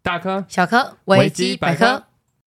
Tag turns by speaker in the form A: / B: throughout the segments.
A: 大科
B: 小科维基百科。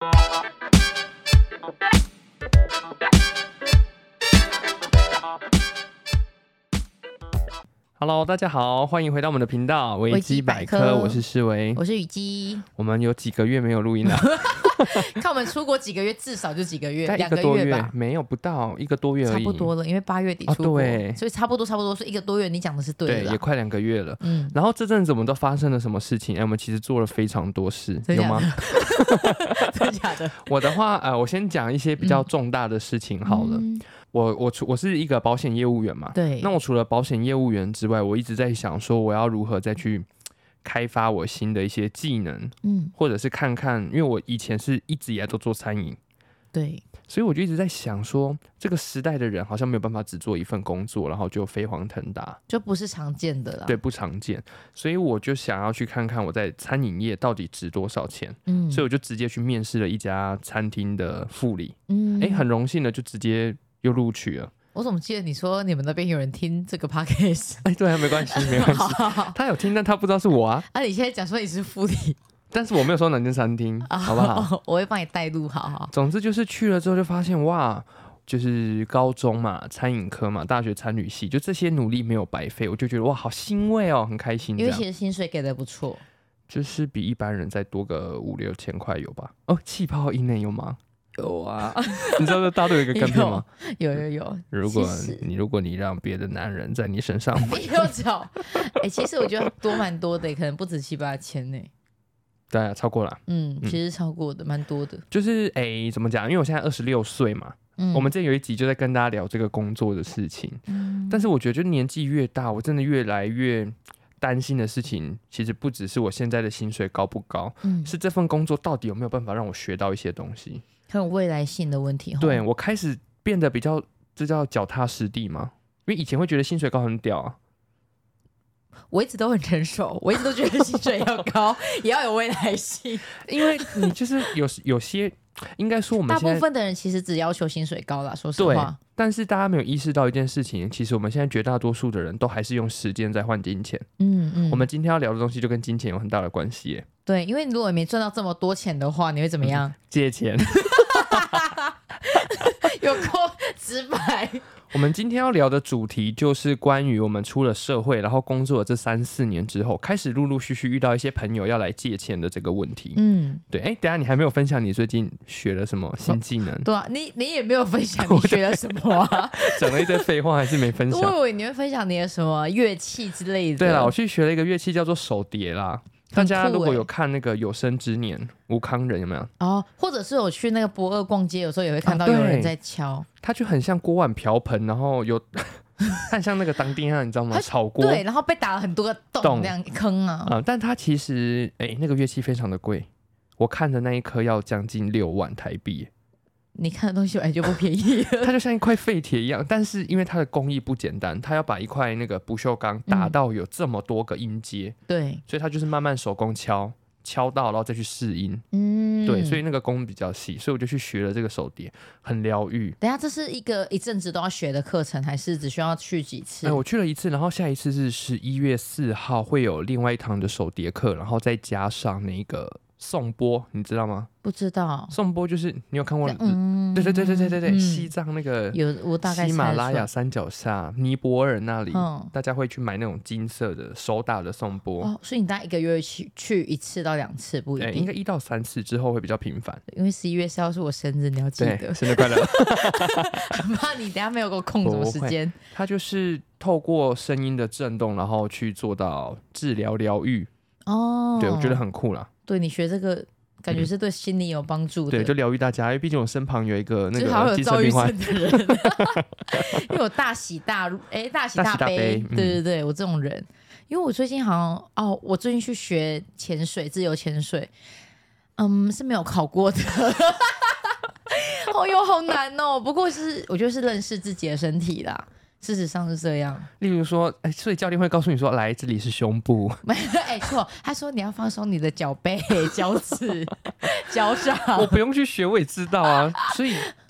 A: Hello， 大家好，欢迎回到我们的频道维基百科，我是诗维，
B: 我是雨姬。
A: 我们有几个月没有录音了，
B: 看我们出国几个月，至少就几个月，2个月吧，
A: 没有不到1个多月而已，
B: 差不多了，因为8月底出国，
A: 对，
B: 所以差不多，所以1个多月，你讲的是对的，
A: 对，也快2个月了。然后这阵子我们都发生了什么事情？我们其实做了非常多事，有吗？
B: 真的假的？
A: 我的话，我先讲一些比较重大的事情好了。我是一个保险业务员嘛，
B: 对。
A: 那我除了保险业务员之外，我一直在想说，我要如何再去开发我新的一些技能，或者是看看，因为我以前是一直以来都做餐饮，
B: 对，
A: 所以我就一直在想说，这个时代的人好像没有办法只做一份工作，然后就飞黄腾达，
B: 就不是常见的啦。
A: 对，不常见，所以我就想要去看看我在餐饮业到底值多少钱。所以我就直接去面试了一家餐厅的副理，很荣幸的就直接又录取了。
B: 我怎么记得你说你们那边有人听这个 podcast？
A: 对啊，没关系，他有听，但他不知道是我啊。
B: 你现在讲说你是副理，
A: 但是我没有说哪间餐厅，好不好？
B: 我会帮你带路，好。
A: 总之就是去了之后就发现，哇，就是高中嘛，餐饮科嘛，大学餐旅系，就这些努力没有白费，我就觉得哇，好欣慰哦，很开心。
B: 因为其实薪水给的不错，
A: 就是比一般人再多个5-6千块有吧？气泡音有吗？有啊，你知道大陆有一个梗片吗？
B: 有。如
A: 果你让别的男人在你身上，
B: 没有找。其实我觉得多蛮多的，可能不止7-8千呢。
A: 对啊，超过了。
B: 其实超过的，蛮多的。
A: 就是怎么讲？因为我现在26岁嘛，我们之前有一集就在跟大家聊这个工作的事情。但是我觉得，就年纪越大，我真的越来越担心的事情，其实不只是我现在的薪水高不高，是这份工作到底有没有办法让我学到一些东西。很
B: 有未来性的问题。
A: 对，我开始变得比较，这叫脚踏实地嘛。因为以前会觉得薪水高很屌啊，
B: 我一直都很成熟，我一直都觉得薪水要高也要有未来性。
A: 因为你就是有些，应该说我们
B: 大部分的人其实只要求薪水高啦，说实话。
A: 对，但是大家没有意识到一件事情，其实我们现在绝大多数的人都还是用时间在换金钱。我们今天要聊的东西就跟金钱有很大的关系耶。
B: 对，因为如果你没赚到这么多钱的话，你会怎么样？
A: 借钱。
B: 有够直白。
A: 我们今天要聊的主题就是关于我们出了社会，然后工作了这3-4年之后，开始陆陆续续遇到一些朋友要来借钱的这个问题。对。等一下你还没有分享你最近学了什么新技能？
B: 对啊，你也没有分享你学了什么啊？
A: 讲了一堆废话还是没分享。
B: 我以为你会分享你的什么乐器之类的。
A: 对啦，我去学了一个乐器叫做手碟啦。大家如果有看那个有生之年，吴康仁有没有？
B: 或者是我去那个博二逛街，有时候也会看到有人在敲。
A: 它就很像锅碗瓢盆，然后它很像那个当丁啊，你知道吗？炒锅。
B: 对，然后被打了很多个洞，那样坑啊。
A: 但它其实那个乐器非常的贵，我看的那一颗要将近6万台币。
B: 你看的东西本来就不便宜了。
A: 它就像一块废铁一样，但是因为它的工艺不简单，它要把一块那个不锈钢打到有这么多个音阶，
B: 对，
A: 所以它就是慢慢手工敲到，然后再去试音。对，所以那个工比较细，所以我就去学了这个手碟，很疗愈。
B: 等一下，这是一阵子都要学的课程，还是只需要去几次？
A: 我去了1次，然后下一次是11月4号会有另外一堂的手碟课，然后再加上那个颂钵，你知道吗？
B: 不知道。
A: 颂钵就是你有看过？对，西藏那个
B: 有，我大概
A: 喜马拉雅山脚下尼泊尔那里，大家会去买那种金色的手打的颂钵。
B: 所以你大概1个月去1次到2次，不一定。
A: 应该1到3次之后会比较频繁。
B: 因为11月4号是我生日，你要记得。
A: 生日快乐。
B: 很怕你等一下没有个空什么时间。
A: 它就是透过声音的震动，然后去做到治疗疗愈。对，我觉得很酷啦。
B: 对，你学这个感觉是对心理有帮助的。
A: 对，就疗愈大家，因为毕竟我身旁有一个那
B: 个
A: 精神病患
B: 的人。因为我大喜大悲。对，我这种人。因为我最近好像我最近去学潜水，自由潜水，是没有考过的。好难哦。不过我觉得是认识自己的身体啦。事实上是这样。
A: 例如说，所以教练会告诉你说，来，这里是胸部。
B: 错，他说你要放松你的脚背、脚趾、脚掌。
A: 我不用去学，我也知道啊。所以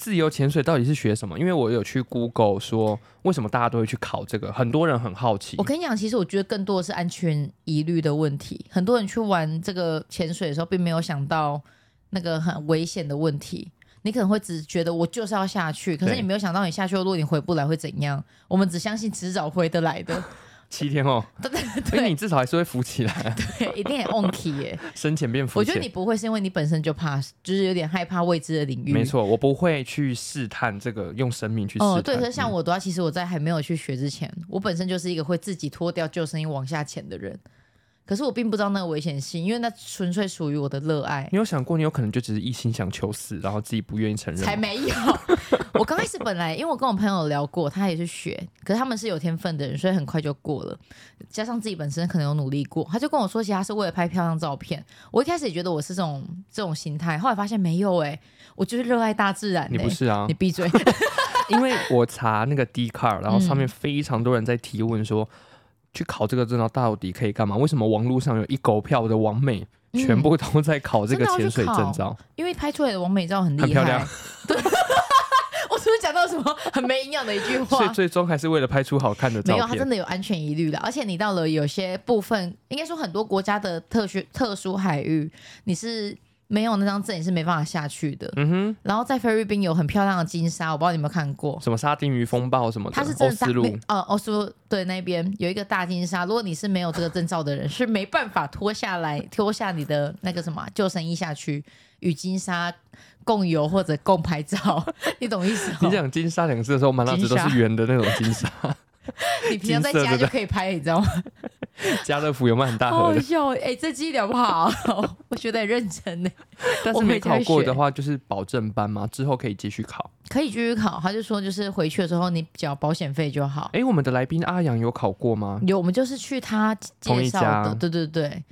A: 自由潜水到底是学什么？因为我有去 Google 说为什么大家都会去考这个，很多人很好奇。
B: 我跟你讲，其实我觉得更多的是安全疑虑的问题。很多人去玩这个潜水的时候，并没有想到那个很危险的问题。你可能会只觉得我就是要下去，可是你没有想到你下去如果你回不来会怎样。我们只相信迟早回得来的。
A: 7天哦，所以你至少还是会浮起来。
B: 对，一定很 on key 耶，
A: 深潜变浮潜。
B: 我觉得你不会是因为你本身就怕，就是有点害怕未知的领域。
A: 没错，我不会去试探这个，用生命去试探。
B: 对，可是像我的话，其实我在还没有去学之前，我本身就是一个会自己脱掉救生衣往下潜的人。可是我并不知道那个危险性，因为那纯粹属于我的热爱。
A: 你有想过，你有可能就只是一心想求死，然后自己不愿意承认？
B: 才没有！我刚开始本来，因为我跟我朋友聊过，他也是学，可是他们是有天分的人，所以很快就过了。加上自己本身可能有努力过，他就跟我说，其实他是为了拍漂亮照片。我一开始也觉得我是这种心态，后来发现没有我就是热爱大自然。
A: 你不是啊？
B: 你闭嘴！
A: 因为我查那个 Dcard， 然后上面非常多人在提问说。去考这个证照到底可以干嘛？为什么网络上有一狗票的网美全部都在考这个潜水证照？
B: 因为拍出来的网美照很厉害，
A: 很漂亮。
B: 对，我是不是讲到什么很没营养的一句话？
A: 所以最终还是为了拍出好看的照片。
B: 没有，它真的有安全疑虑的。而且你到了有些部分，应该说很多国家的特殊海域，你是没有那张证，你是没办法下去的。然后在菲律宾有很漂亮的金沙，我不知道你有没有看过，
A: 什么沙丁鱼风暴什么的。
B: 它是真的欧斯陆对那边有一个大金沙，如果你是没有这个证照的人，是没办法脱下你的那个什么救生衣下去与金沙共游或者共拍照，你懂意思吗？
A: 你讲金沙2个字的时候，满脑子都是圆的那种金沙。
B: 你平常在家就可以拍，你知道吗？
A: 家乐福有卖很大盒的。
B: 好笑这机了不好？我觉得很认真呢。
A: 但是没考过的话，就是保证班嘛，之后可以继续考。
B: 可以继续考，他就说就是回去的时候你缴保险费就好。
A: 我们的来宾阿阳有考过吗？
B: 有，我们就是去他介绍的。对对对，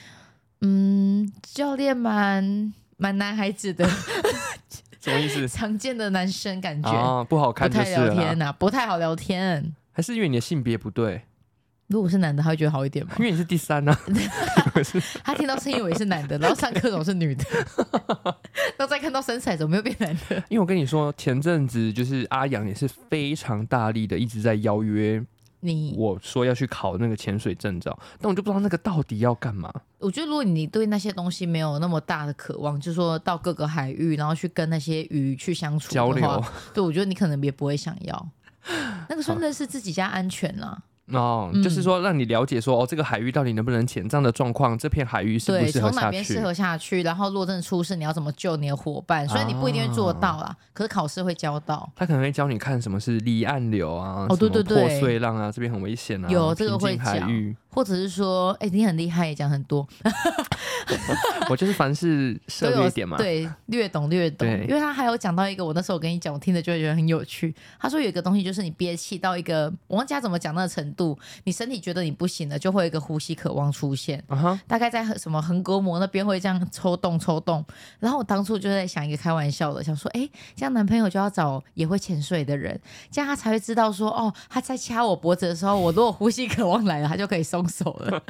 B: 教练蛮男孩子的。
A: 什么意思？
B: 常见的男生感觉
A: 不好看就是了啦，
B: 不太聊天不太好聊天。
A: 还是因为你的性别不对？
B: 如果是男的他会觉得好一点吗？
A: 因为你是第3啊。
B: 他听到声音以为是男的，然后上课总是女的。然后再看到身材怎么又变男的？
A: 因为我跟你说，前阵子就是阿阳也是非常大力的一直在邀约我说要去考那个潜水证照，但我就不知道那个到底要干嘛。
B: 我觉得如果你对那些东西没有那么大的渴望，就是说到各个海域然后去跟那些鱼去相处的话，交流，对，我觉得你可能也不会想要。那个真的是自己家安全啦。
A: 就是说让你了解说这个海域到底能不能潜，这样的状况，这片海域适不适合下去？对，从
B: 哪边适合下去，然后如果真的出事，你要怎么救你的伙伴？所以你不一定会做得到啦，可是考试会教到。
A: 他可能会教你看什么是离岸流啊，
B: 对对对，
A: 破碎浪啊，这边很危险啊，
B: 有这个会讲，或者是说，你很厉害，也讲很多。
A: 我就是凡事涉略一点嘛，
B: 对，略懂。因为他还有讲到一个，我那时候跟你讲，我听着就会觉得很有趣。他说有一个东西，就是你憋气到一个，我忘记他怎么讲那个程度，你身体觉得你不行了，就会有一个呼吸渴望出现。大概在什么横膈膜那边会这样抽动。然后我当初就在想一个开玩笑的，想说，这样男朋友就要找也会潜水的人，这样他才会知道说，他在掐我脖子的时候，我如果呼吸渴望来了，他就可以松手了。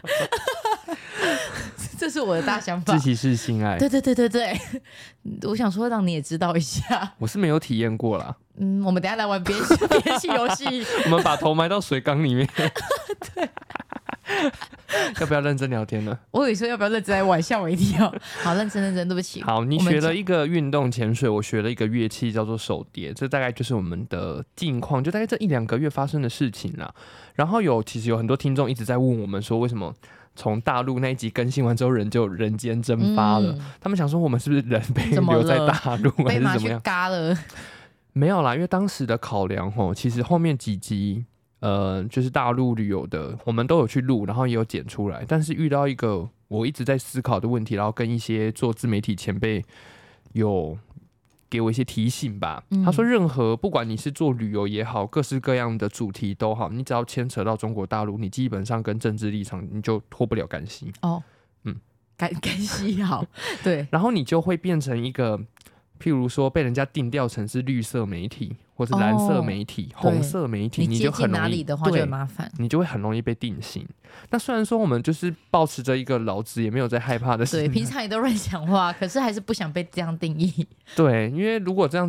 B: 这是我的大想法，
A: 知其是性爱。
B: 对，我想说让你也知道一下。
A: 我是没有体验过啦。
B: 我们等一下来玩憋气游戏。
A: 我们把头埋到水缸里面。
B: 对。
A: 要不要认真聊天呢？
B: 我以为说要不要认真来玩，吓我一跳。好，认真，对不起。
A: 好，你学了一个运动潜水，我学了一个乐器叫做手碟，这大概就是我们的近况，就大概这1-2个月发生的事情啦。然后其实有很多听众一直在问我们说，为什么从大陆那一集更新完之后，人就人间蒸发了？他们想说我们是不是人被留在大陆，还是怎么样？
B: 被马去嘎了？
A: 没有啦，因为当时的考量其实后面几集就是大陆旅游的，我们都有去录，然后也有剪出来。但是遇到一个我一直在思考的问题，然后跟一些做自媒体前辈有给我一些提醒吧。他说，任何不管你是做旅游也好，各式各样的主题都好，你只要牵扯到中国大陆，你基本上跟政治立场你就脱不了干系。
B: 干系好，对，
A: 然后你就会变成一个，譬如说被人家定调成是绿色媒体，或是蓝色媒体、红色媒体，你就很容易，
B: 哪里的话就很麻烦，
A: 你就会很容易被定型。那虽然说我们就是抱持着一个老子也没有在害怕的事情，
B: 对，平常也都乱讲话，可是还是不想被这样定义。
A: 对，因为如果这样子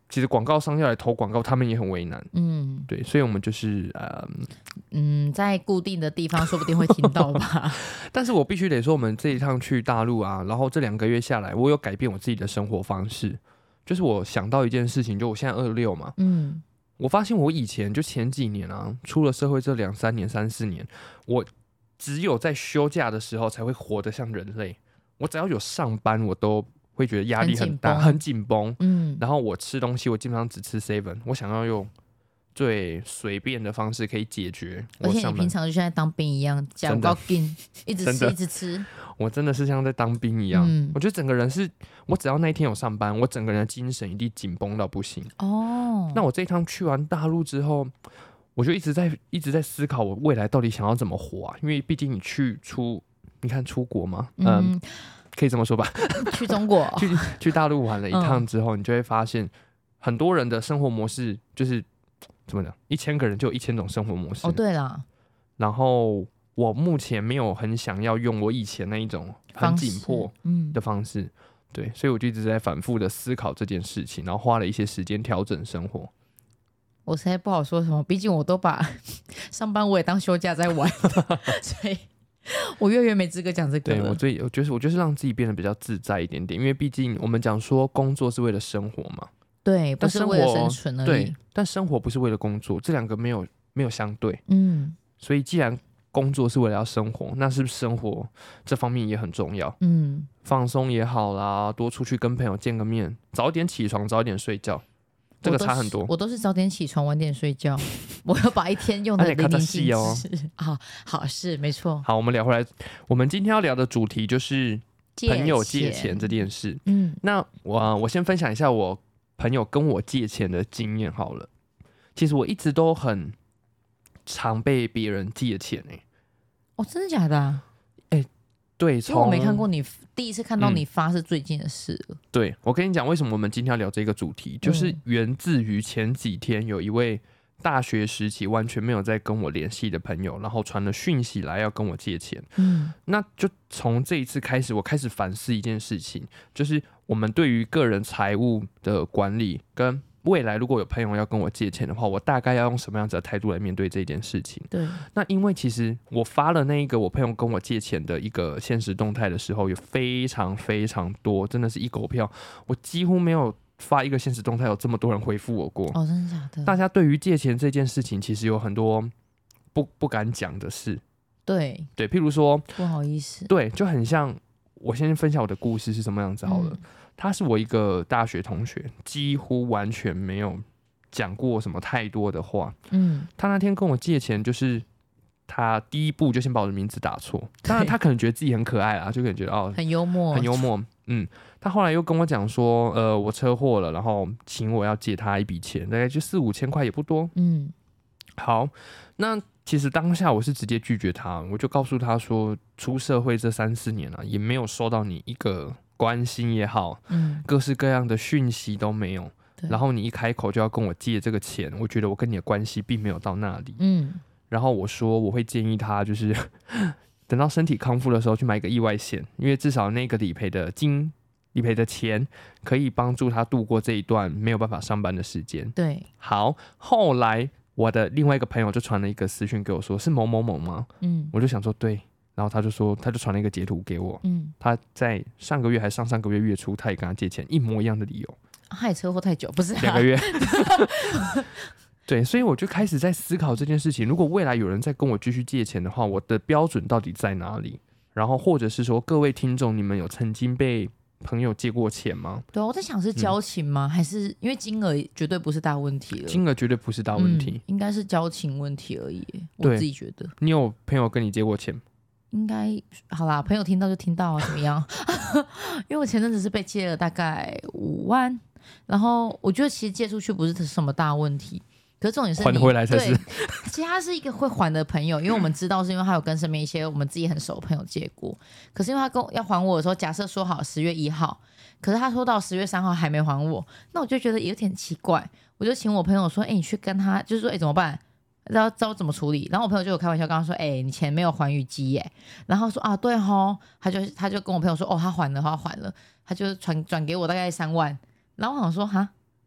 A: 其实广告商要来投广告，他们也很为难。对，所以我们就是
B: 在固定的地方说不定会听到吧。
A: 但是我必须得说，我们这一趟去大陆啊，然后这2个月下来，我有改变我自己的生活方式。就是我想到一件事情，就我现在26嘛，我发现我以前就前几年啊，出了社会这2-3年、3-4年，我只有在休假的时候才会活得像人类。我只要有上班，我都会觉得压力很大，很紧绷。然后我吃东西，我基本上只吃 7， 我想要用最随便的方式可以解决。
B: 而且你平常就像在当兵一样，脚高筋，一直吃一直吃。
A: 我真的是像在当兵一样。我觉得整个人是，我只要那一天有上班，我整个人的精神一定紧绷到不行。那我这一趟去完大陆之后，我就一直在思考我未来到底想要怎么活啊？因为毕竟你你看出国嘛，可以这么说吧，
B: 去中国
A: 去大陆玩了一趟之后，你就会发现很多人的生活模式就是怎么讲，1000个人就有1000种生活模式。
B: 对啦。
A: 然后我目前没有很想要用我以前那一种很紧迫的方式，对，所以我就一直在反复的思考这件事情，然后花了一些时间调整生活。
B: 我实在不好说什么，毕竟我都把上班我也当休假在玩，所以我越没资格讲这个了。
A: 对，我就是让自己变得比较自在一点点，因为毕竟我们讲说工作是为了生活嘛，
B: 对，不是为了生存而已。
A: 对，但生活不是为了工作，这2个没有相对。所以既然工作是为了要生活，那是不是生活这方面也很重要？放松也好啦，多出去跟朋友见个面，早点起床，早点睡觉。这个差很多。
B: 我都是早点起床，晚点睡觉。我要把一天用的淋漓尽致。好，是没错。
A: 好，我们聊回来，我们今天要聊的主题就是朋友借钱这件事。那我先分享一下我朋友跟我借钱的经验好了。其实我一直都很常被别人借钱
B: 真的假的啊？
A: 对，
B: 因为我没看过你，第一次看到你发是最近的事了。
A: 对，我跟你讲，为什么我们今天要聊这个主题，就是源自于前几天有一位大学时期完全没有在跟我联系的朋友，然后传了讯息来要跟我借钱。那就从这一次开始，我开始反思一件事情，就是我们对于个人财务的管理跟未来如果有朋友要跟我借钱的话，我大概要用什么样子的态度来面对这件事情。
B: 对，
A: 那因为其实我发了那一个我朋友跟我借钱的一个现实动态的时候，有非常非常多，真的是一狗票，我几乎没有发一个现实动态有这么多人回复我过。
B: 真的假的？
A: 大家对于借钱这件事情其实有很多不敢讲的事。对，譬如说
B: 不好意思，
A: 对，就很像我先分享我的故事是什么样子好了。他是我一个大学同学，几乎完全没有讲过什么太多的话。他那天跟我借钱，就是他第一步就先把我的名字打错。当然他可能觉得自己很可爱啦，就可能觉得
B: 很幽默，
A: 很幽默。他后来又跟我讲说，我车祸了，然后请我要借他一笔钱，大概就4-5千块也不多。好，那其实当下我是直接拒绝他，我就告诉他说，出社会这3-4年了，也没有收到你一个关心也好，各式各样的讯息都没有。然后你一开口就要跟我借这个钱，我觉得我跟你的关系并没有到那里。然后我说我会建议他，就是等到身体康复的时候去买一个意外险，因为至少那个理赔的钱可以帮助他度过这一段没有办法上班的时间。
B: 对，
A: 好，后来我的另外一个朋友就传了一个私讯给我说，是某某某吗？我就想说对。然后他就传了一个截图给我，他在上个月还上个月月初，他也跟他借钱，一模一样的理由。
B: 他也车祸太久，不是
A: 2个月。对，所以我就开始在思考这件事情。如果未来有人再跟我继续借钱的话，我的标准到底在哪里？然后或者是说，各位听众，你们有曾经被朋友借过钱吗？
B: 对啊，我在想是交情吗？还是因为金额绝对不是大问题了？
A: 金额绝对不是大问题，
B: 应该是交情问题而已。我自己觉得。
A: 你有朋友跟你借过钱吗？
B: 应该好啦，朋友听到就听到啊，怎么样？因为我前阵子是被借了大概5万，然后我觉得其实借出去不是什么大问题，可是重点是
A: 还回来才是。
B: 其实他是一个会还的朋友，因为我们知道是因为他有跟身边一些我们自己很熟的朋友借过，可是因为他要还我的时候，假设说好10月1号，可是他说到10月3号还没还我，那我就觉得有点奇怪，我就请我朋友说，你去跟他，就是说，怎么办？知道怎么处理，然后我朋友就有开玩笑跟他说，你钱没有还逾期耶，然后说啊对齁，他就跟我朋友说，他还了，他就转给我大概3万，然后我想说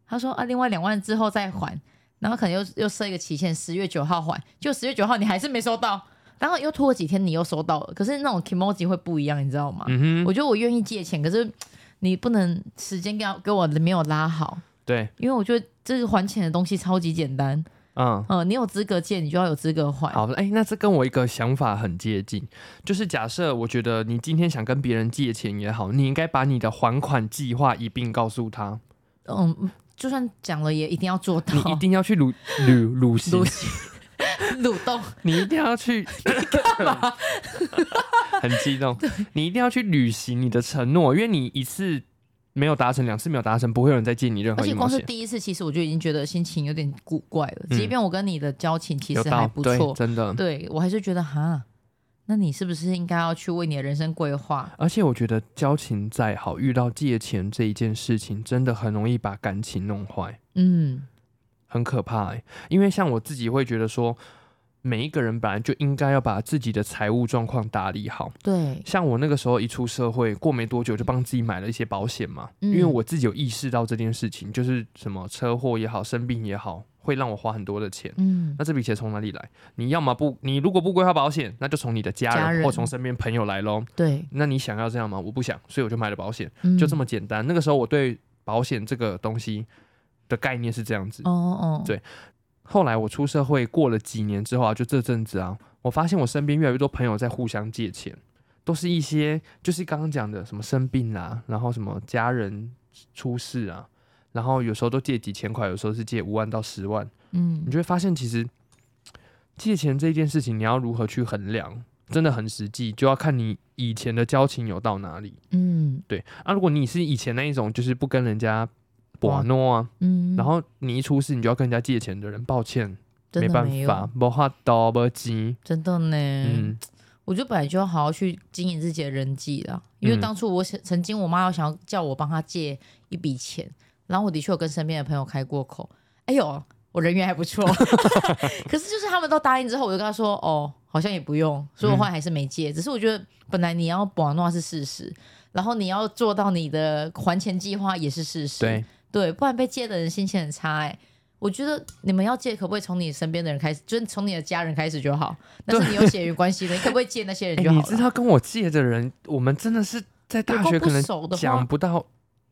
B: 他说另外2万之后再还，然后可能又设一个期限，10月9号还，就10月9号你还是没收到，然后又拖了几天你又收到了，可是那种 kimoji 会不一样，你知道吗？我觉得我愿意借钱，可是你不能时间给我没有拉好。
A: 对，
B: 因为我觉得这个还钱的东西超级简单。你有资格借，你就要有资格还。
A: 好，那这跟我一个想法很接近，就是假设我觉得你今天想跟别人借钱也好，你应该把你的还款计划一并告诉他。
B: 就算讲了也一定要做到，
A: 你一定要去履行
B: 蠕动，
A: 你一定要去干嘛？很激动，你一定要去履行你的承诺，因为你一次没有达成，2次没有达成，不会有人再借你任何一毛钱。
B: 而且光是第一次，其实我就已经觉得心情有点古怪了。即便我跟你的交情其实还不错，
A: 真的，
B: 对我还是觉得那你是不是应该要去为你的人生规划？
A: 而且我觉得交情再好，遇到借钱这一件事情，真的很容易把感情弄坏。很可怕因为像我自己会觉得说，每一个人本来就应该要把自己的财务状况打理好。
B: 对，
A: 像我那个时候一出社会，过没多久就帮自己买了一些保险嘛，因为我自己有意识到这件事情，就是什么车祸也好，生病也好，会让我花很多的钱。那这笔钱从哪里来？你如果不规划保险，那就从你的家人或从身边朋友来咯。
B: 对，
A: 那你想要这样吗？我不想，所以我就买了保险，就这么简单。那个时候我对保险这个东西的概念是这样子。对。后来我出社会过了几年之后就这阵子我发现我身边越来越多朋友在互相借钱，都是一些就是刚刚讲的什么生病然后什么家人出事然后有时候都借几千块，有时候是借5万到10万。你就会发现其实借钱这件事情你要如何去衡量，真的很实际，就要看你以前的交情有到哪里。对如果你是以前那一种就是不跟人家把诺然后你一出事你就要跟人家借钱的人，抱歉，没办法，没法度没钱，
B: 真的呢。我觉得本来就要好好去经营自己的人际啦，因为当初曾经我妈想要叫我帮她借一笔钱，然后我的确有跟身边的朋友开过口，我人缘还不错可是就是他们都答应之后，我就跟她说好像也不用，所以我后来还是没借。只是我觉得本来你要把诺是事实，然后你要做到你的还钱计划也是事实。对，不然被借的人心情很差我觉得你们要借，可不可以从你身边的人开始，就是从你的家人开始就好。但是你有血缘关系的，你可不可以借那些人就好了？
A: 你知道跟我借的人，我们真的是在大学可能讲不到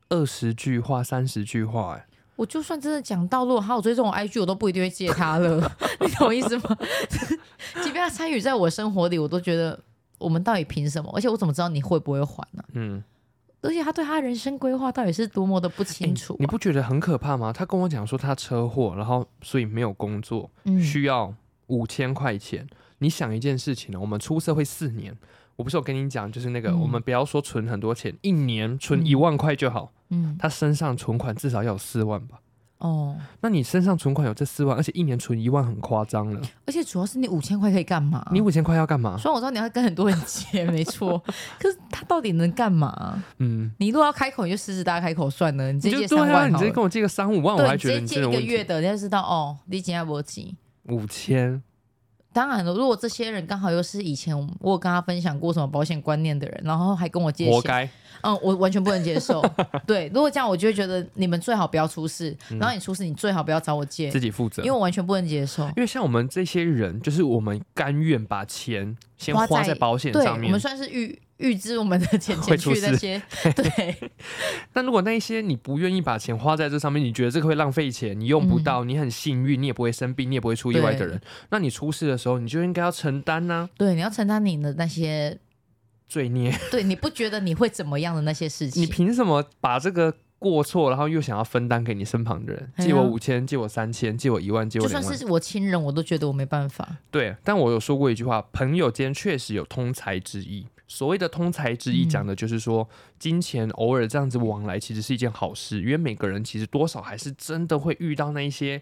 A: 20句话、30句话
B: 我就算真的讲到，如果他有追踪我 IG， 我都不一定会借他了你懂我意思吗？即便他参与在我生活里，我都觉得我们到底凭什么？而且我怎么知道你会不会还呢？而且他对他人生规划到底是多么的不清楚
A: 你不觉得很可怕吗？他跟我讲说他车祸，然后所以没有工作，需要5000块钱。你想一件事情我们出社会4年，我不是有跟你讲，就是那个我们不要说存很多钱，1年存1万块就好。他身上存款至少要有4万吧。那你身上存款有这4万，而且1年存1万很夸张了。
B: 而且主要是你5000块可以干嘛？
A: 你5000块要干嘛？
B: 虽然我知道你要跟很多人借没错可是他到底能干嘛？你如果要开口，你就狮子大开口算了，你直接借3万好了。
A: 你直接跟我借个3-5万，我还觉得你
B: 直接借1个月的，你就知道你钱还没钱。
A: 5000。
B: 当然了，如果这些人刚好又是以前我有跟他分享过什么保险观念的人，然后还跟我借钱，
A: 活该。
B: 我完全不能接受对，如果这样我就会觉得你们最好不要出事，然后你出事你最好不要找我借，
A: 自己负责，
B: 因为我完全不能接受。
A: 因为像我们这些人，就是我们甘愿把钱先花在保险上面，
B: 对，我们算是预支我们的钱去那些对。
A: 但如果那一些你不愿意把钱花在这上面，你觉得这个会浪费钱，你用不到，你很幸运，你也不会生病，你也不会出意外的人，那你出事的时候你就应该要承担对，
B: 你要承担你的那些
A: 罪孽。
B: 对，你不觉得你会怎么样的那些事情，
A: 你凭什么把这个过错，然后又想要分担给你身旁的人？借我5000，借我3000，借我1万，借我2万，
B: 就算是我亲人，我都觉得我没办法。
A: 对，但我有说过一句话，朋友间确实有通财之意。所谓的通财之意，讲的就是说，金钱偶尔这样子往来，其实是一件好事，因为每个人其实多少还是真的会遇到那一些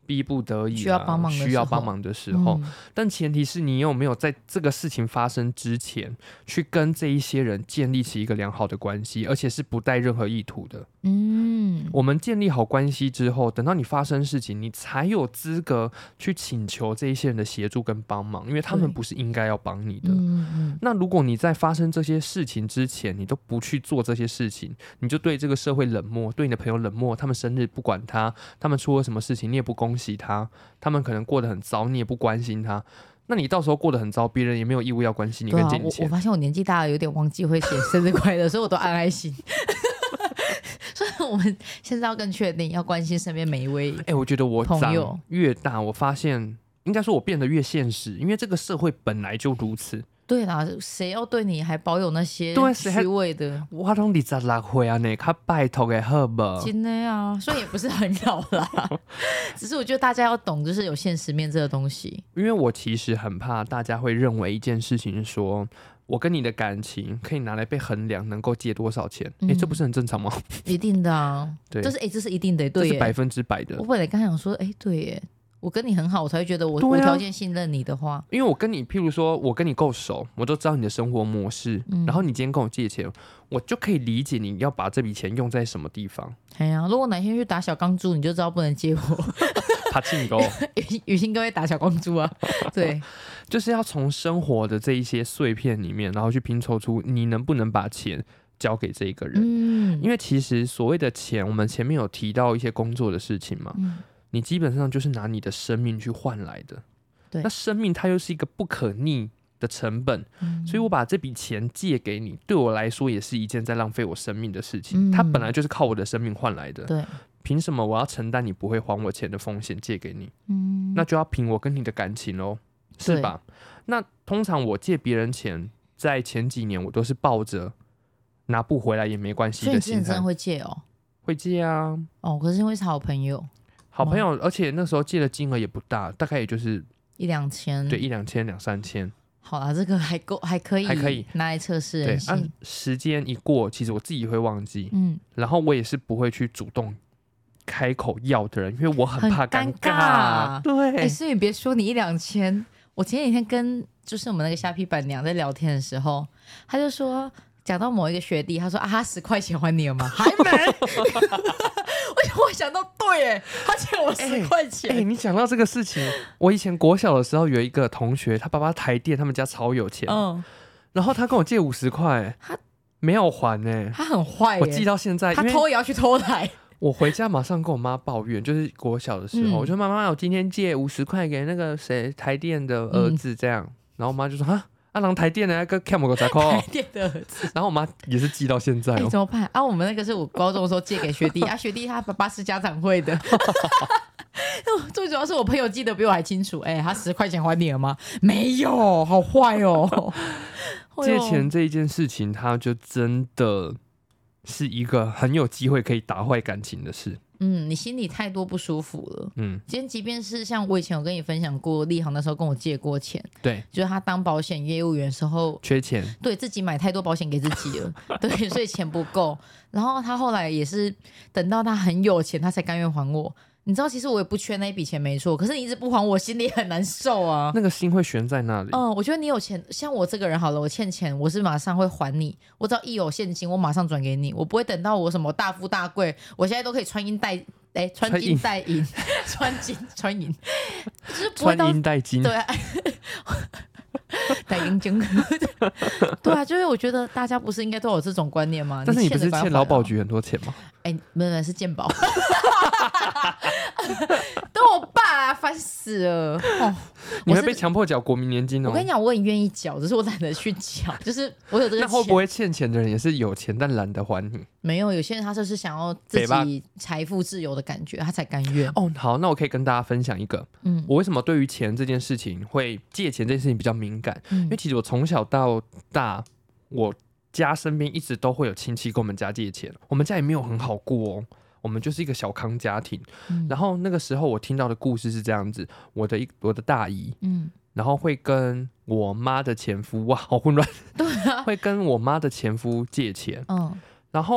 A: 逼不得已、
B: 需要帮
A: 忙的时候，但前提是你有没有在这个事情发生之前去跟这一些人建立起一个良好的关系，而且是不带任何意图的。我们建立好关系之后，等到你发生事情，你才有资格去请求这一些人的协助跟帮忙，因为他们不是应该要帮你的。那如果你在发生这些事情之前，你都不去做这些事情，你就对这个社会冷漠，对你的朋友冷漠，他们生日不管他们出了什么事情你也不恭喜他们可能过得很糟你也不关心他，那你到时候过得很糟，别人也没有义务要关心你跟借你钱。
B: 我发现我年纪大了有点忘记会写生日快乐，所以我都按爱心。所以我们现在要更确定要关心身边每一位朋友。
A: 我觉得我长越大，我发现应该说我变得越现实，因为这个社会本来就如此。
B: 对啦，谁要对你还保有那些虚伪的？
A: 我都26岁啊，你较拜托的好不？
B: 真的啊，所以也不是很老啦。只是我觉得大家要懂，就是有现实面这个东西。
A: 因为我其实很怕大家会认为一件事情说，我跟你的感情可以拿来被衡量，能够借多少钱？这不是很正常吗？
B: 一定的啊，对，这是一定的，对耶，
A: 这是100%的。
B: 我本来刚想说，对耶。我跟你很好，我才会觉得我无条件信任你的话，
A: 因为我跟你，譬如说我跟你够熟，我都知道你的生活模式，然后你今天跟我借钱，我就可以理解你要把这笔钱用在什么地方。
B: 如果哪天去打小钢珠，你就知道不能借我。
A: 爬庆沟，
B: 雨欣哥会打小钢珠啊，对，
A: 就是要从生活的这一些碎片里面，然后去拼凑出你能不能把钱交给这一个人。因为其实所谓的钱，我们前面有提到一些工作的事情嘛。你基本上就是拿你的生命去换来的，对，那生命它又是一个不可逆的成本，所以我把这笔钱借给你，对我来说也是一件在浪费我生命的事情。它本来就是靠我的生命换来的，对，凭什么我要承担你不会还我钱的风险借给你？那就要凭我跟你的感情咯，是吧？那通常我借别人钱，在前几年我都是抱着拿不回来也没关系的心态。
B: 所以你真的会借哦？
A: 会借啊。
B: 可是因为是好朋友。
A: 好朋友，而且那时候借的金额也不大，大概也就是
B: 1-2千，
A: 对，1-2千、2-3千。
B: 好啦，这个还够，还可以拿来测试人性。
A: 时间一过，其实我自己会忘记，然后我也是不会去主动开口要的人，因为我很怕尴尬。
B: 对，所以你别说你1-2千，我前几天跟就是我们那个虾皮板娘在聊天的时候，他就说讲到某一个学弟，他说他10块钱还你了吗？还没。我想到对耶，他借我10块钱。
A: 你讲到这个事情，我以前国小的时候有一个同学，他爸爸台电，他们家超有钱，然后他跟我借50块，他没有还耶，
B: 他很坏耶，
A: 我记到现在，
B: 他偷也要去偷来。我
A: 回家马上跟我妈抱怨，就是国小的时候，我说妈妈，我今天借50块给那个谁台电的儿子这样，然后我妈就说哈。人台电的那个看我10块，
B: 台电的儿子，
A: 然后我妈也是记到现在
B: 怎么办啊？我们那个是我高中的时候借给学弟学弟他爸爸是家长会的。最主要是我朋友记得比我还清楚，他10块钱还你了吗？没有，好坏哦。
A: 借钱这一件事情，它就真的是一个很有机会可以打坏感情的事。
B: 你心里太多不舒服了。今天即便是像我以前有跟你分享过，立行那时候跟我借过钱，
A: 对，
B: 就是他当保险业务员的时候
A: 缺钱，
B: 对自己买太多保险给自己了，对，所以钱不够。然后他后来也是等到他很有钱，他才甘愿还我。你知道，其实我也不缺那一笔钱，没错。可是你一直不还我，心里很难受啊。
A: 那个心会悬在那里。
B: 我觉得你有钱，像我这个人好了，我欠钱，我是马上会还你。我只要一有现金，我马上转给你，我不会等到我什么大富大贵，我现在都可以穿金戴银，穿银，就是不会到
A: 穿银戴金，
B: 对、啊。戴银金，对啊，就是我觉得大家不是应该都有这种观念吗？
A: 但是你不是欠劳保局很多钱吗？
B: 没有，是健保。等我爸啊，烦死了！
A: 你会被强迫缴国民年金哦。
B: 我跟你讲，我很愿意缴，只是我懒得去缴。就是我有这个钱。
A: 那会不会欠钱的人也是有钱但懒得还你？
B: 没有，有些人他就是想要自己财富自由的感觉，他才甘愿。
A: 好，那我可以跟大家分享一个，我为什么对于钱这件事情会借钱这件事情比较敏感？因为其实我从小到大，我家身边一直都会有亲戚跟我们家借钱，我们家也没有很好过哦。我们就是一个小康家庭，然后那个时候我听到的故事是这样子，我的大姨，然后会跟我妈的前夫，哇，好混乱，
B: 对啊，
A: 会跟我妈的前夫借钱，然后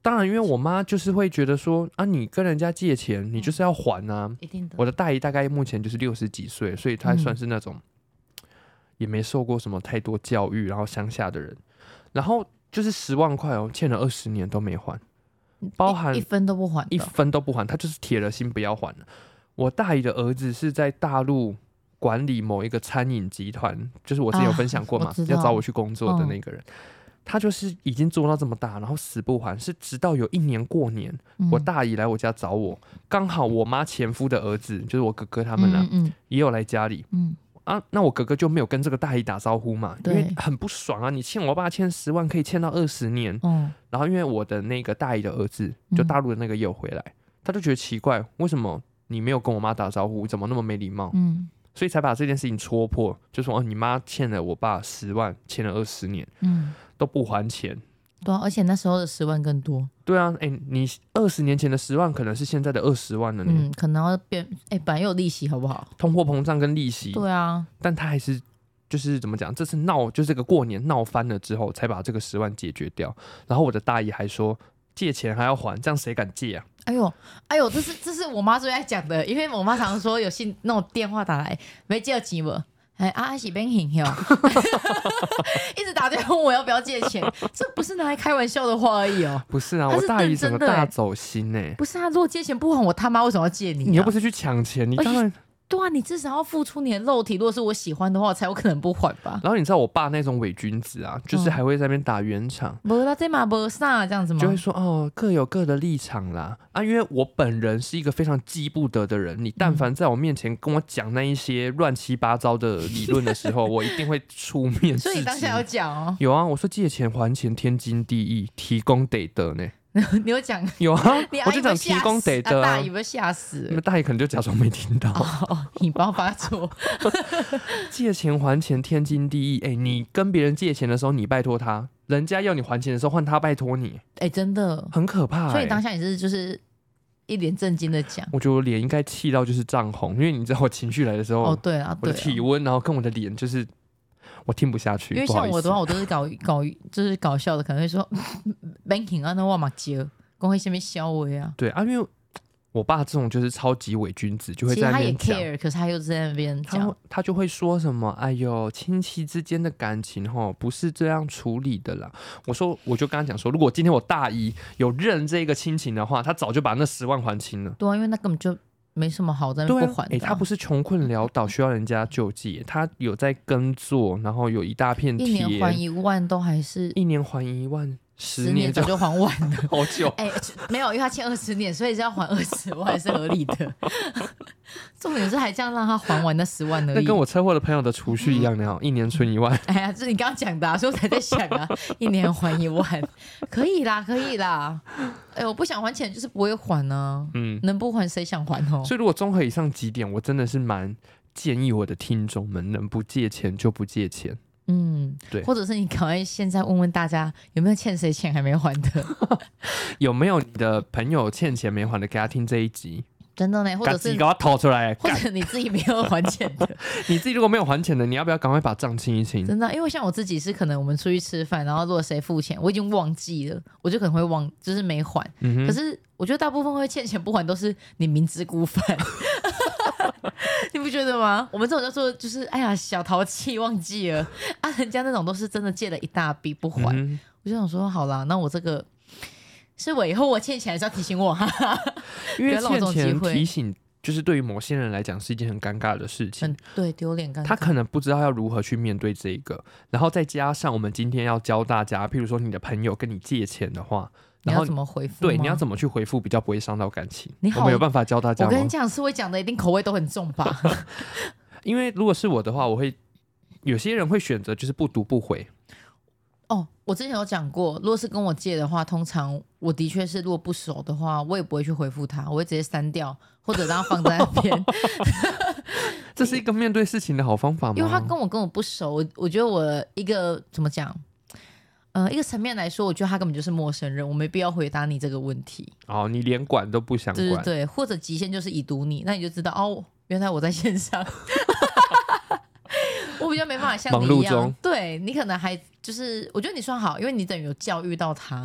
A: 当然，因为我妈就是会觉得说啊，你跟人家借钱，你就是要还啊。
B: 一定的。
A: 我的大姨大概目前就是60几岁，所以她算是那种也没受过什么太多教育，然后乡下的人，然后就是10万块哦，欠了20年都没还，包含
B: 一分都不还，
A: 一分都不还，他就是铁了心不要还了。我大姨的儿子是在大陆管理某一个餐饮集团，就是我之前有分享过嘛，要找我去工作的那个人。他就是已经做到这么大，然后死不还，是直到有一年过年，我大姨来我家找我，刚好我妈前夫的儿子，就是我哥哥他们啊，也有来家里，那我哥哥就没有跟这个大姨打招呼嘛，因为很不爽啊，你欠我爸欠10万，可以欠到20年，然后因为我的那个大姨的儿子，就大陆的那个也有回来，他就觉得奇怪，为什么你没有跟我妈打招呼，怎么那么没礼貌？所以才把这件事情戳破，就说你妈欠了我爸10万，欠了20年，都不还钱。
B: 对啊，而且那时候的10万更多。
A: 对啊，你20年前的10万可能是现在的20万了呢。
B: 可能要变，本来有利息好不好？
A: 通货膨胀跟利息。
B: 对啊，
A: 但他还是就是怎么讲，这次就是这个过年闹翻了之后，才把这个10万解决掉。然后我的大姨还说，借钱还要还，这样谁敢借啊？
B: 哎呦，这是我妈最爱讲的，因为我妈常说有那种电话打来，没借钱不？是变很哟，一直打电话问我要不要借钱，这不是拿来开玩笑的话而已哦。
A: 不是啊，我大姨整个大走心
B: 不是啊，如果借钱不还，我他妈为什么要借你？
A: 你又不是去抢钱，你当然。
B: 对啊，你至少要付出你的肉体，如果是我喜欢的话，才有可能不还吧。
A: 然后你知道我爸那种伪君子啊，就是还会在那边打圆场，
B: 没啦，这嘛没啥这样子吗？
A: 就会说各有各的立场啦啊，因为我本人是一个非常激不得的人，你但凡在我面前跟我讲那一些乱七八糟的理论的时候，我一定会出面制止。
B: 所以你当下有讲哦？
A: 有啊，我说借钱还钱天经地义，提供得得呢。
B: 你有讲？
A: 有啊，我就讲提供得得
B: 大姨不吓死？
A: 那大姨可能就假装没听到。
B: 你帮我发错。
A: 借钱还钱天经地义。你跟别人借钱的时候，你拜托他，人家要你还钱的时候，换他拜托你。
B: 真的
A: 很可怕。
B: 所以当下你是就是一脸震惊的讲，
A: 我觉得我脸应该气到就是涨红，因为你知道我情绪来的时候，
B: 对啊，
A: 我的体温，然后跟我的脸就是。我听不下去，
B: 因为像我的话，我都是就是搞笑的，可能会说 banking 啊，那我嘛接，讲会下面消微啊。
A: 对啊，因为我爸这种就是超级伪君子，就会在那边讲。
B: 其实他也 care， 可是他又在那边讲，
A: 他就会说什么：“哎呦，亲戚之间的感情不是这样处理的啦。”我就跟他讲说，如果今天我大姨有认这个亲情的话，他早就把那10万还清了。
B: 对啊，因为那根本就。没什么好在那不还的。
A: 他不是穷困潦倒需要人家救济，他有在耕作，然后有一大片田，
B: 一年还1万都还是
A: 1年还1万，10
B: 年早就还完了，
A: 好久。
B: 没有，因为他欠20年，所以是要还20万是合理的。重点是还这样让他还完那10万而已。
A: 那跟我车祸的朋友的储蓄一样的，1年存1万。
B: 这是你刚刚讲的，所以我才在想啊，1年还1万，可以啦，可以啦。我不想还钱，就是不会还呢。能不还谁想还哦？
A: 所以如果综合以上几点，我真的是蛮建议我的听众们，能不借钱就不借钱。对，
B: 或者是你赶快现在问问大家，有没有欠谁钱还没还的？
A: 有没有你的朋友欠钱没还的，给他听这一集。
B: 真的呢，或者是
A: 给我掏出来，
B: 或者你自己没有还钱的，
A: 你自己如果没有还钱的，你要不要赶快把账清一清？
B: 真的，因为像我自己是可能我们出去吃饭，然后如果谁付钱，我已经忘记了，我就可能会忘，就是没还。可是我觉得大部分会欠钱不还都是你明知故犯，你不觉得吗？我们这种叫做就是哎呀小淘气忘记了啊，人家那种都是真的借了一大笔不还，我就想说好啦，那我这个。是我以后我欠钱还是要提醒我，
A: 因为欠钱提醒就是对于某些人来讲是一件很尴尬的事情，
B: 对，丢脸尴尬。
A: 他可能不知道要如何去面对这一个，然后再加上我们今天要教大家，譬如说你的朋友跟你借钱的话，
B: 你要怎么回复？
A: 对，你要怎么去回复比较不会伤到感情？我们有办法教大家吗？
B: 我跟你讲，是会讲的一定口味都很重吧？
A: 因为如果是我的话，有些人会选择就是不读不回。
B: 我之前有讲过，如果是跟我借的话，通常我的确是如果不熟的话，我也不会去回复他，我会直接删掉，或者让他放在那边。
A: 这是一个面对事情的好方法吗？
B: 因为他跟我不熟，我觉得我一个怎么讲，一个层面来说，我觉得他根本就是陌生人，我没必要回答你这个问题。
A: 你连管都不想管，
B: 对，或者极限就是已读你，那你就知道原来我在线上。我比较没办法像你一样，对你可能还就是，我觉得你算好，因为你等于有教育到他。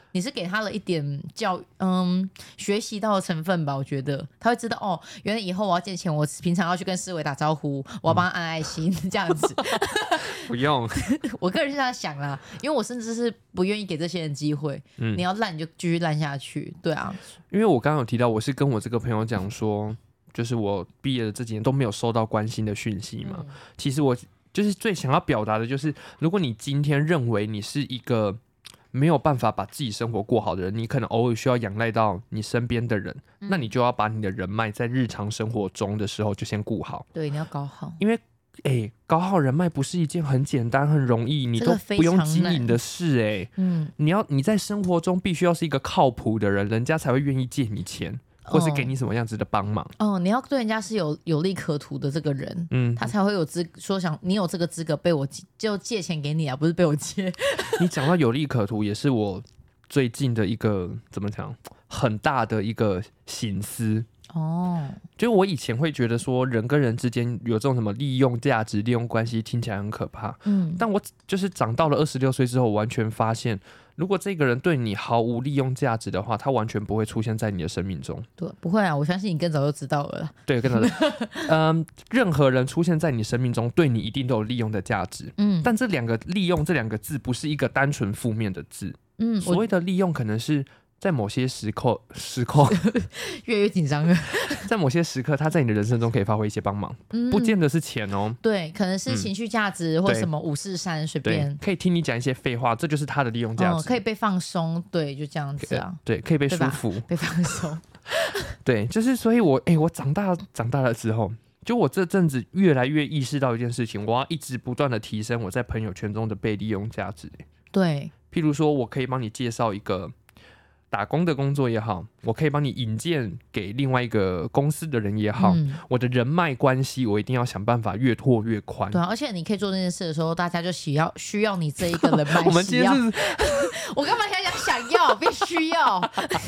B: 你是给他了一点学习到的成分吧，我觉得他会知道哦，原来以后我要借钱，我平常要去跟思维打招呼，我要帮他按爱心，这样子。
A: 不用，
B: 我个人是这样想啦，因为我甚至是不愿意给这些人机会。你要烂你就继续烂下去，对啊。
A: 因为我刚刚有提到，我是跟我这个朋友讲说，就是我毕业的这几年都没有收到关心的讯息嘛。其实我就是最想要表达的就是，如果你今天认为你是一个没有办法把自己生活过好的人，你可能偶尔需要仰赖到你身边的人，那你就要把你的人脉在日常生活中的时候就先顾好。
B: 对，你要搞好，
A: 因为搞好人脉不是一件很简单、很容易，你都不用经营的事。你在生活中必须要是一个靠谱的人，人家才会愿意借你钱。或是给你什么样子的帮忙
B: 你要对人家是有利可图的这个人，他才会有说想你有这个资格被我就借钱给你啊，不是被我借。
A: 你讲到有利可图，也是我最近的一个怎么讲很大的一个省思。就我以前会觉得说人跟人之间有这种什么利用价值、利用关系，听起来很可怕。但我就是长到了26岁之后，我完全发现，如果这个人对你毫无利用价值的话，他完全不会出现在你的生命中。
B: 对，不会啊，我相信你更早就知道了啦。
A: 对，更早就任何人出现在你生命中，对你一定都有利用的价值。但这两个利用这两个字不是一个单纯负面的字。所谓的利用可能是在某些时刻
B: 越来越紧张了。
A: 在某些时刻，他在你的人生中可以发挥一些帮忙，不见得是钱哦。
B: 对，可能是情绪价值或什么543随便，
A: 可以听你讲一些废话，这就是他的利用价值。
B: 可以被放松，对，就这样子啊。
A: 对，可以被舒服，
B: 被放松。
A: 对，就是所以我长大了之后，就我这阵子越来越意识到一件事情，我要一直不断的提升我在朋友圈中的被利用价值。
B: 对，
A: 譬如说我可以帮你介绍一个打工的工作也好，我可以帮你引荐给另外一个公司的人也好，我的人脉关系我一定要想办法越拓越宽。
B: 对啊，而且你可以做这件事的时候，大家就需要你这一个人脉。
A: 我们今天是
B: 我干嘛想要变需要？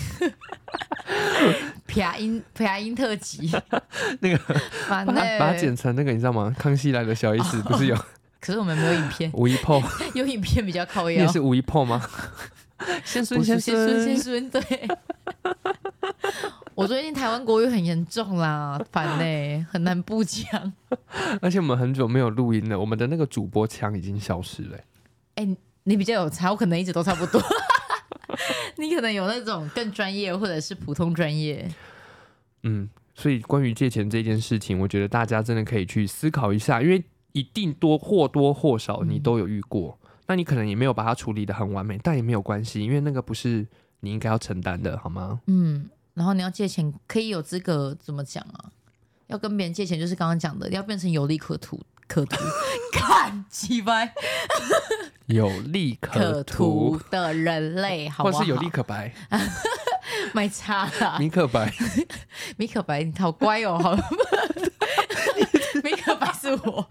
B: 撇音特辑
A: 那个把它剪成那个你知道吗？康熙来的小 S 不是有？
B: 可是我们没有影片。
A: 吴一破
B: 有影片比较靠腰。
A: 你也是吴一破吗？先孙，
B: 对。我最近台湾国语很严重啦，烦欸，很难不讲。
A: 而且我们很久没有录音了，我们的那个主播腔已经消失了。
B: 你比较有差，我可能一直都差不多。你可能有那种更专业或者是普通专业。
A: 所以关于借钱这件事情，我觉得大家真的可以去思考一下，因为一定或多或少你都有遇过。那你可能也没有把它处理得很完美，但也没有关系，因为那个不是你应该要承担的，好吗？
B: 然后你要借钱，可以有资格怎么讲啊？要跟别人借钱，就是刚刚讲的，要变成有利可图，看鸡掰，
A: 有利可图
B: 的人类，好不好？
A: 或是有利可白，
B: 没差啦。
A: 米可白，
B: 米可白，你好乖哦，好。米可白是我。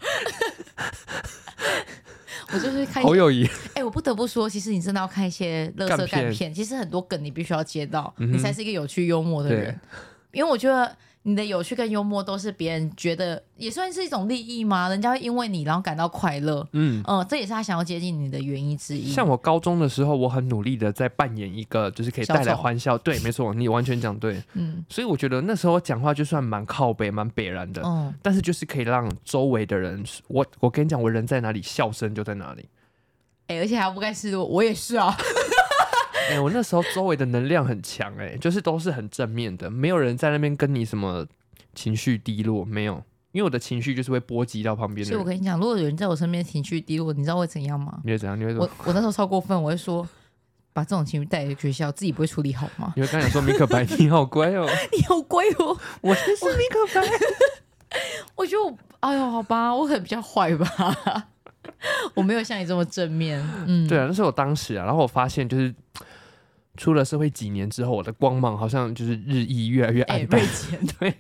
B: 我就是看
A: 好友谊。
B: 我不得不说，其实你真的要看一些垃圾干片，其实很多梗你必须要接到，你才是一个有趣幽默的人。因为我觉得你的有趣跟幽默都是别人觉得也算是一种利益吗？人家会因为你然后感到快乐，这也是他想要接近你的原因之一。
A: 像我高中的时候，我很努力的在扮演一个就是可以带来欢笑，对，没错，你完全讲对。所以我觉得那时候讲话就算蛮靠北、蛮北然的，但是就是可以让周围的人，我跟你讲，我人在哪里，笑声就在哪里。
B: 而且还不该是我也是啊。
A: 我那时候周围的能量很强，就是都是很正面的，没有人在那边跟你什么情绪低落，没有，因为我的情绪就是会波及到旁边的人。
B: 所以我跟你讲，如果有人在我身边情绪低落，你知道会怎样吗？
A: 你会怎样？
B: 我那时候超过分，我会说把这种情绪带回学校，自己不会处理好吗？
A: 你会跟他讲说米可白，你好乖哦，
B: 你好乖哦，
A: 我就是米可白。
B: 我觉得哎呦，好吧，我可能比较坏吧。我没有像你这么正面。
A: 对啊，那是我当时啊，然后我发现就是出了社会几年之后，我的光芒好像就是日益越来越暗淡，
B: 锐减。
A: 对，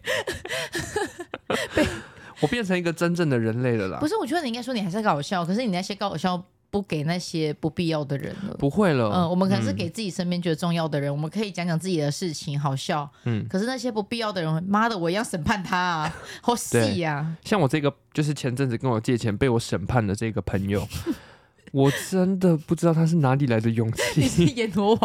A: 我变成一个真正的人类了啦。
B: 不是，我觉得你应该说你还是搞笑，可是你那些搞笑不给那些不必要的人了。
A: 不会了，
B: 我们可能是给自己身边觉得重要的人，我们可以讲讲自己的事情，好笑。可是那些不必要的人，妈的，我也要审判他啊，好细啊！
A: 像我这个就是前阵子跟我借钱被我审判的这个朋友，我真的不知道他是哪里来的勇气。
B: 你是阎罗王？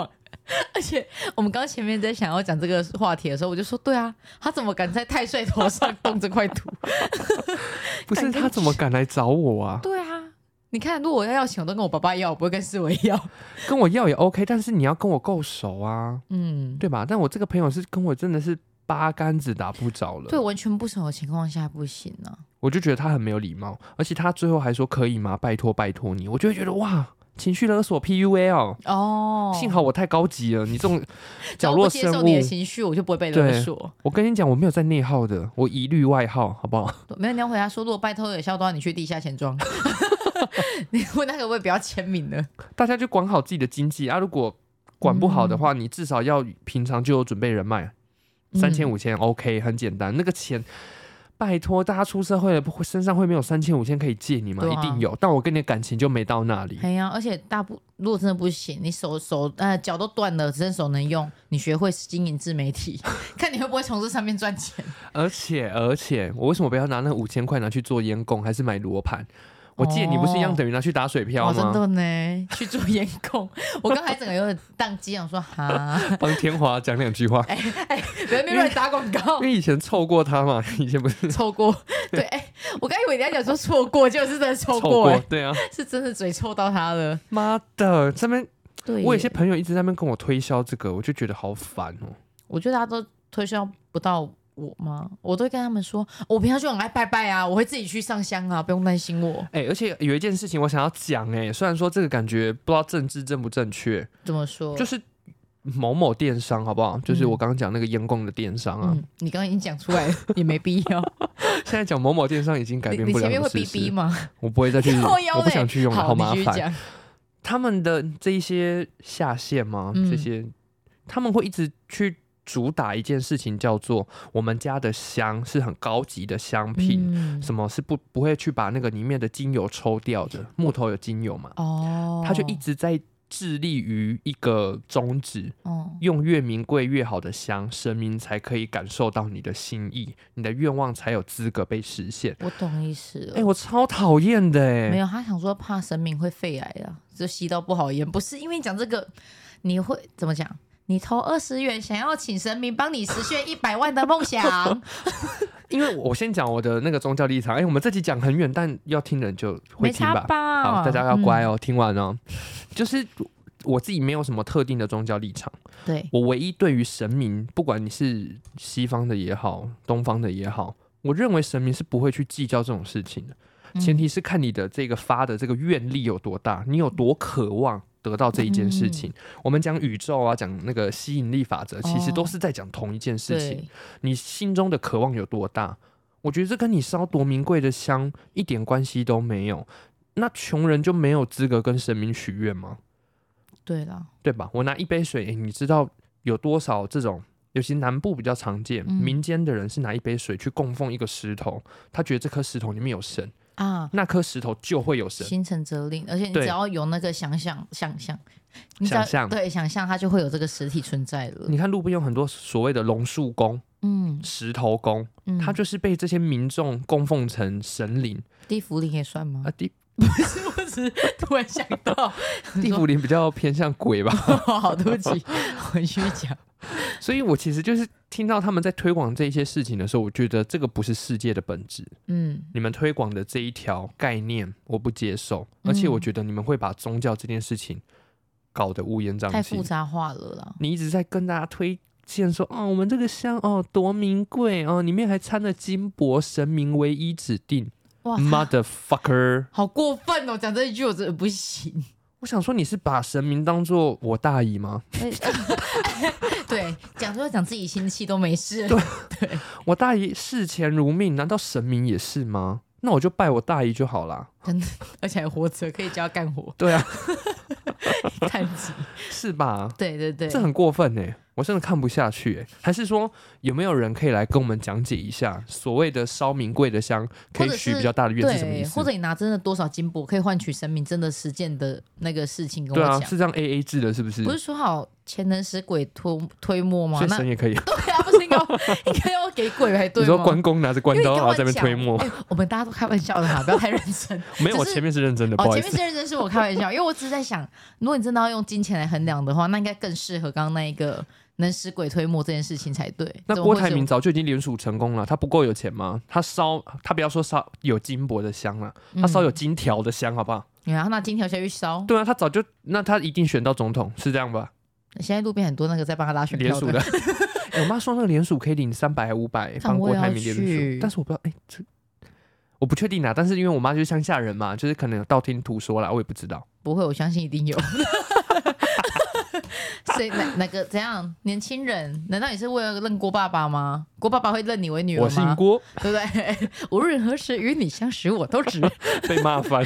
B: 而且我们刚前面在想要讲这个话题的时候，我就说对啊，他怎么敢在太岁头上动这块土？
A: 不是他怎么敢来找我啊？
B: 对啊，你看，如果我要钱，我都跟我爸爸要，我不会跟思维要。
A: 跟我要也 OK， 但是你要跟我够熟啊，对吧？但我这个朋友是跟我真的是八竿子打不着了，
B: 对，完全不熟的情况下不行啊。
A: 我就觉得他很没有礼貌，而且他最后还说可以吗？拜托拜托你，我就会觉得哇。情绪勒索 PUA 哦，幸好我太高级了，你这种角落生物，
B: 接受你的情绪，我就不会被勒索。
A: 我跟你讲，我没有在内耗的，我一律外耗，好不好？
B: 没有，你要回答说，如果拜托有效的话，你去地下钱庄。你问那个会不要签名的？
A: 大家就管好自己的经济啊，如果管不好的话，你至少要平常就有准备人脉，3000、5000 OK， 很简单，那个钱。拜托，大家出社会了，身上会没有3000、5000可以借你吗？一定有，但我跟你的感情就没到那里。
B: 哎呀，而且如果真的不行，你脚都断了，只剩手能用，你学会经营自媒体，看你会不会从这上面赚钱。而
A: 且，我为什么不要拿那5000块拿去做烟供，还是买罗盘？我借你不是一样等于拿去打水漂吗？
B: 真的呢，去做烟供。我刚才整个有点宕机，想说哈，
A: 帮天华讲2句话。
B: 不要乱打广告。
A: 因为以前凑过他嘛，以前不是
B: 凑过。对，我刚以为你要讲说错过，就是真的凑过。
A: 对啊，
B: 是真的嘴凑到他了。
A: 妈的，这边我有些朋友一直在那边跟我推销这个，我就觉得好烦哦。
B: 我觉得他都推销不到。我吗？我都会跟他们说，我平常就很爱拜拜啊，我会自己去上香啊，不用担心我。
A: 而且有一件事情我想要讲，虽然说这个感觉不知道政治正不正确，
B: 怎么说？
A: 就是某某电商好不好？就是我刚刚讲那个烟供的电商啊，
B: 你刚刚已经讲出来了，也没必要。
A: 现在讲某某电商已经改变不了的事实。
B: 你前面会逼逼吗？
A: 我不会再去，我不想去用了，好麻烦。他们的这一些下线吗？这些他们会一直去。主打一件事情叫做我们家的香是很高级的香品，什么是不会去把那个里面的精油抽掉的，木头有精油嘛？他就一直在致力于一个宗旨，用越名贵越好的香，神明才可以感受到你的心意，你的愿望才有资格被实现。
B: 我懂意思了。
A: 我超讨厌的
B: 没有，他想说怕神明会肺癌啊，就吸到不好烟，不是因为讲这个，你会怎么讲？你投20元，想要请神明帮你实现100万的梦想。
A: 因为我先讲我的那个宗教立场，我们这集讲很远，但要听人就会听吧。好，大家要乖哦，听完哦。就是我自己没有什么特定的宗教立场，
B: 对，
A: 我唯一对于神明，不管你是西方的也好，东方的也好，我认为神明是不会去计较这种事情的。前提是看你的这个发的这个愿力有多大，你有多渴望得到这一件事情。我们讲宇宙啊，讲那个吸引力法则，其实都是在讲同一件事情。你心中的渴望有多大，我觉得这跟你烧多名贵的香一点关系都没有。那穷人就没有资格跟神明许愿吗？
B: 对啦，
A: 对吧？我拿一杯水，你知道有多少这种，尤其南部比较常见，民间的人是拿一杯水去供奉一个石头，他觉得这颗石头里面有神啊，那颗石头就会有神，
B: 心诚则灵。而且你只要有那个想象，对，想象它就会有这个实体存在了。
A: 你看路边有很多所谓的榕树公、石头公，它就是被这些民众供奉成神灵。
B: 地府灵也算吗？不是，我只是突然想到，
A: 地府灵比较偏向鬼吧。
B: 好，对不起，回去讲。
A: 所以我其实就是听到他们在推广这些事情的时候，我觉得这个不是世界的本质。你们推广的这一条概念我不接受，而且我觉得你们会把宗教这件事情搞得乌烟瘴气，
B: 太复杂化了啦。
A: 你一直在跟大家推荐说，我们这个香多名贵里面还掺了金箔，神明唯一指定。哇 ，motherfucker，
B: 好过分哦！讲这一句我真的不行。
A: 我想说，你是把神明当作我大姨吗？
B: 对，讲就要讲自己亲戚都没事。
A: 对，我大姨视钱如命，难道神明也是吗？那我就拜我大姨就好啦。
B: 真的，而且还活着，可以叫他干活。
A: 对啊，
B: 太急
A: 是吧？
B: 对对对，
A: 这很过分欸，我真的看不下去还是说有没有人可以来跟我们讲解一下，所谓的烧名贵的香可以许比较大的愿是什么意思？
B: 或者你拿真的多少金箔可以换取神明真的实践的那个事情跟我讲？
A: 对啊，是这样 AA 制的，是不是？
B: 不是说好钱能使鬼推磨吗？
A: 所以神也可以。
B: 对啊，不是应该要给鬼才对吗？
A: 你说关公拿着关刀然后在那边推磨，
B: 我们大家都开玩笑的哈，不要太认真。
A: 没有，我前面是认真的，不好意思。
B: 前面是认真，是我开玩笑，因为我只是在想，如果你真的要用金钱来衡量的话，那应该更适合刚刚那一个能使鬼推磨这件事情才对。
A: 那郭台铭早就已经联署成功了，他不够有钱吗？他不要说烧有金箔的香了，他烧有金条的香，好不好？
B: 然后拿金条下去烧。
A: 对啊，他早就，那他一定选到总统，是这样吧？
B: 现在路边很多那个在帮他拉选票
A: 的。我妈说那个联署可以领300还500，帮郭台铭联署，但是我不知道，我不确定啊。但是因为我妈就是乡下人嘛，就是可能有道听途说啦，我也不知道。
B: 不会，我相信一定有。所以哪个怎样年轻人？难道你是为了认郭爸爸吗？郭爸爸会认你为女儿吗？
A: 我姓郭，
B: 对不对？无论何时与你相识，我都值。
A: 被骂翻。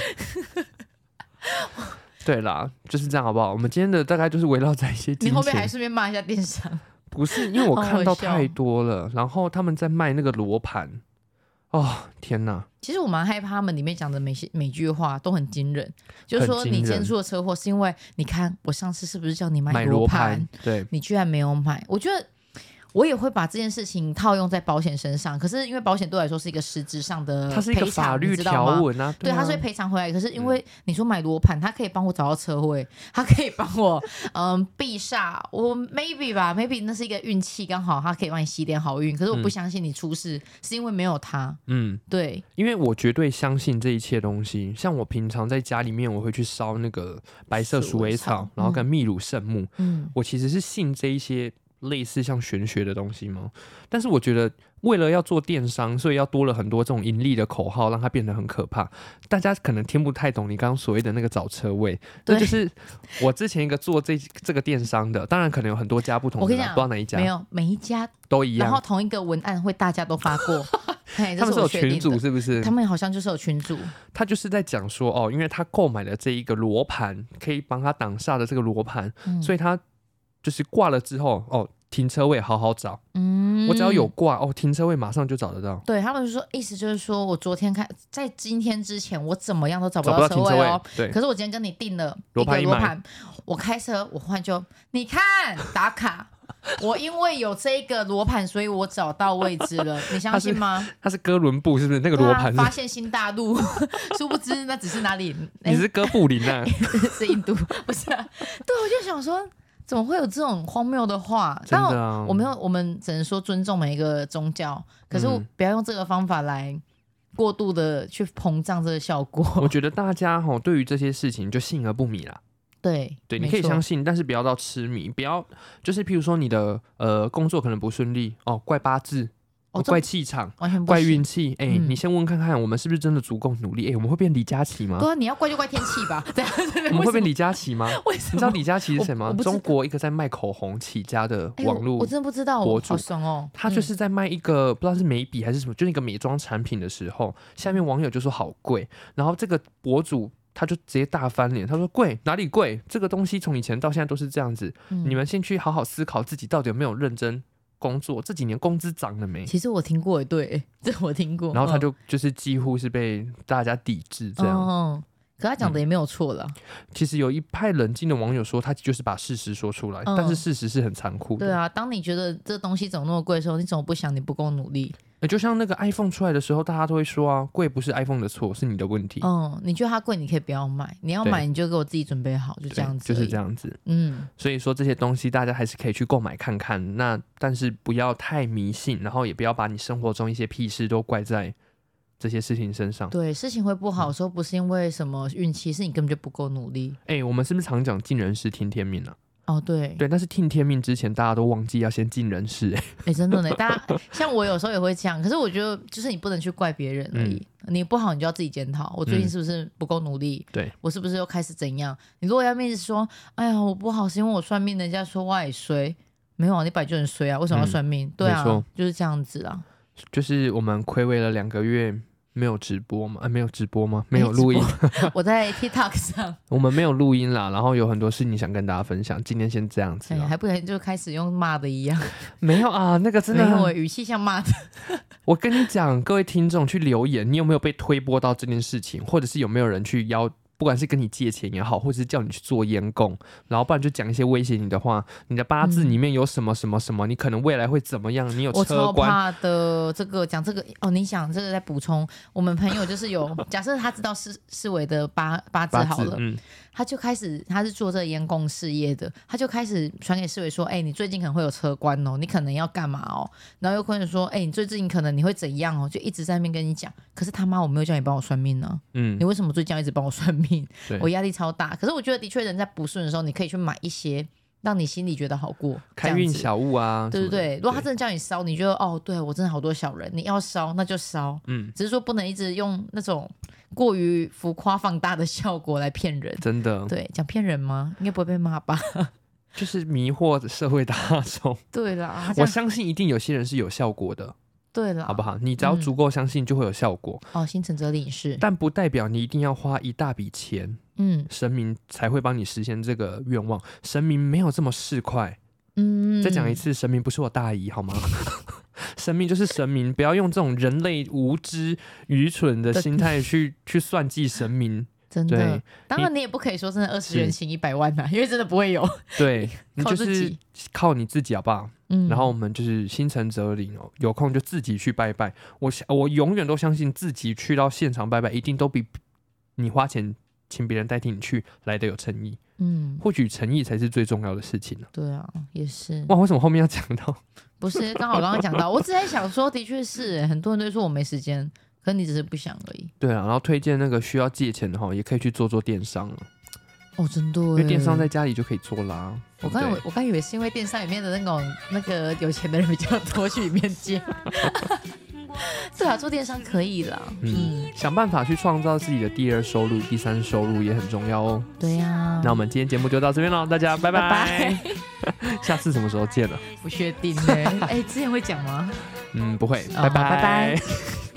A: 对啦，就是这样，好不好？我们今天的大概就是围绕在一些金钱。
B: 你后面还顺便骂一下电商？
A: 不是，因为我看到太多了，然后他们在卖那个罗盘。哦，天哪！
B: 其实我蛮害怕他们里面讲的每句话都很惊人，就是说你今天出了车祸是因为你看我上次是不是叫你买罗盘？
A: 对，
B: 你居然没有买。我觉得我也会把这件事情套用在保险身上，可是因为保险对我来说是一个实质上的赔偿，
A: 它是一个法律条文啊，
B: 对，它是会赔偿回来。可是因为你说买罗盘，它可以帮我找到车位，它可以帮我避煞，我 maybe 那是一个运气，刚好它可以帮你吸点好运。可是我不相信你出事是因为没有它。对，
A: 因为我绝对相信这一切东西。像我平常在家里面，我会去烧那个白色鼠尾草，然后跟秘鲁圣木。我其实是信这一些类似像玄学的东西吗？但是我觉得为了要做电商，所以要多了很多这种盈利的口号，让它变得很可怕。大家可能听不太懂你刚刚所谓的那个找车位，这就是我之前一个做这个电商的，当然可能有很多家不同的，我跟你讲，不知道哪一家，
B: 没有，每一家
A: 都一样，
B: 然后同一个文案会大家都发过。
A: 他们是有群组是不是？
B: 他们好像就是有群组，
A: 他就是在讲说因为他购买了这一个罗盘，可以帮他挡煞的这个罗盘，所以他就是挂了之后停车位好好找，我只要有挂停车位马上就找得到。
B: 对，他们就说意思就是说我昨天在今天之前我怎么样都找不到车位哦。对，可是我今天跟你订了一个罗盘，我开车我忽然就你看打卡。我因为有这个罗盘，所以我找到位置了，你相信吗？
A: 它是哥伦布是不是？那个罗盘
B: 发现新大陆，殊不知那只是哪里？
A: 你是哥布林啊？
B: 是印度，不是啊？对，我就想说，怎么会有这种荒谬的话？
A: 真的啊！
B: 我们只能说尊重每一个宗教，可是不要用这个方法来过度的去膨胀这个效果。
A: 我觉得大家对于这些事情就信而不迷啦。
B: 对，
A: 你可以相信，但是不要到痴迷，不要就是譬如说你的工作可能不顺利怪八字。怪气场，
B: 完全不
A: 怪运气。你先问看看，我们是不是真的足够努力？我们会变李佳琦吗？
B: 对啊，你要怪就怪天气吧。
A: 我们会变李佳琦吗？
B: 为什么？
A: 你知道李佳琦是谁吗？中国一个在卖口红起家的网络，
B: 我真的不知道，
A: 博主，
B: 好爽哦。
A: 他就是在卖一个不知道是眉笔还是什么，就是一个美妆产品的时候，下面网友就说好贵，然后这个博主他就直接大翻脸，他说贵哪里贵？这个东西从以前到现在都是这样子，你们先去好好思考自己到底有没有认真工作，这几年工资涨了没？
B: 其实我听过，对，这我听过。
A: 然后他就是几乎是被大家抵制这样。
B: 可他讲的也没有错啦。
A: 其实有一派冷静的网友说，他就是把事实说出来，但是事实是很残酷的。
B: 对啊，当你觉得这东西怎么那么贵的时候，你怎么不想你不够努力？
A: 就像那个 iPhone 出来的时候，大家都会说啊，贵不是 iPhone 的错，是你的问题。
B: 你觉得它贵，你可以不要买，你要买你就给我自己准备好，就这样子。
A: 就是这样子。所以说这些东西大家还是可以去购买看看，但是不要太迷信，然后也不要把你生活中一些屁事都怪在这些事情身上。
B: 对，事情会不好的时候，不是因为什么运气，是你根本就不够努力。
A: 我们是不是常讲尽人事听天命啊？
B: 对，
A: 但是听天命之前，大家都忘记要先尽人事。
B: 真的呢，大家像我有时候也会这样，可是我觉得就是你不能去怪别人而已，你不好你就要自己检讨，我最近是不是不够努力？
A: 对，
B: 我是不是又开始怎样？你如果要面子说，哎呀我不好是因为我算命，人家说我也衰，没有啊，你本来就很衰啊，为什么要算命？对啊，就是这样子啊。
A: 就是我们睽违了2个月。没有直播吗？没有直播吗？没有录音。
B: 我在 TikTok 上。
A: 我们没有录音啦，然后有很多事情想跟大家分享。今天先这样子。
B: 还不然就开始用骂的一样。
A: 没有啊，那个真的
B: 没有，语气像骂的。
A: 我跟你讲，各位听众去留言，你有没有被推播到这件事情，或者是有没有人去不管是跟你借钱也好，或者是叫你去做烟供，然后不然就讲一些威胁你的话，你的八字里面有什么什么什么，你可能未来会怎么样，你有车官。
B: 我超怕的这个讲这个哦，你想这个再补充，我们朋友就是有假设他知道世伟的八字好了，他就开始他是做这个烟供事业的，他就开始传给世伟说，你最近可能会有车官哦，你可能要干嘛哦，然后又可能说，你最近可能你会怎样哦，就一直在那边跟你讲。可是他妈我没有叫你帮我算命呢，你为什么最近要一直帮我算命？我压力超大。可是我觉得的确人在不顺的时候，你可以去买一些让你心里觉得好过，
A: 开运小物啊，
B: 对不对？如果他真的叫你烧，你觉得哦，对我真的好多小人，你要烧那就烧，只是说不能一直用那种过于浮夸放大的效果来骗人，
A: 真的。
B: 对，讲骗人吗？应该不会被骂吧？
A: 就是迷惑社会大众。
B: 对啦，
A: 我相信一定有些人是有效果的。
B: 对了，
A: 好不好？你只要足够相信，就会有效果。
B: 心诚则灵是，
A: 但不代表你一定要花一大笔钱，神明才会帮你实现这个愿望。神明没有这么市侩。再讲一次，神明不是我大姨，好吗？神明就是神明，不要用这种人类无知、愚蠢的心态去算计神明。
B: 真的，当然你也不可以说真的20元请100万啊，因为真的不会有。
A: 对，你就是靠你自己，好不好？然后我们就是心诚则灵哦，有空就自己去拜拜。我永远都相信自己去到现场拜拜，一定都比你花钱请别人代替你去来的有诚意。或许诚意才是最重要的事情呢。
B: 对啊，也是。
A: 哇，为什么后面要讲到？
B: 不是，刚好刚刚讲到，我只在想说，的确是很多人都说我没时间。可你只是不想而已。对
A: 啊，然后推荐那个需要借钱的话，也可以去做电商了。
B: 真的，
A: 因为电商在家里就可以做啦。
B: 我刚以为是因为电商里面的那个有钱的人比较多，去里面借。对啊，做电商可以啦。
A: 想办法去创造自己的第二收入、第三收入也很重要哦。
B: 对呀。
A: 那我们今天节目就到这边了，大家拜拜。下次什么时候见了？
B: 不确定呢。之前会讲吗？
A: 不会。拜拜。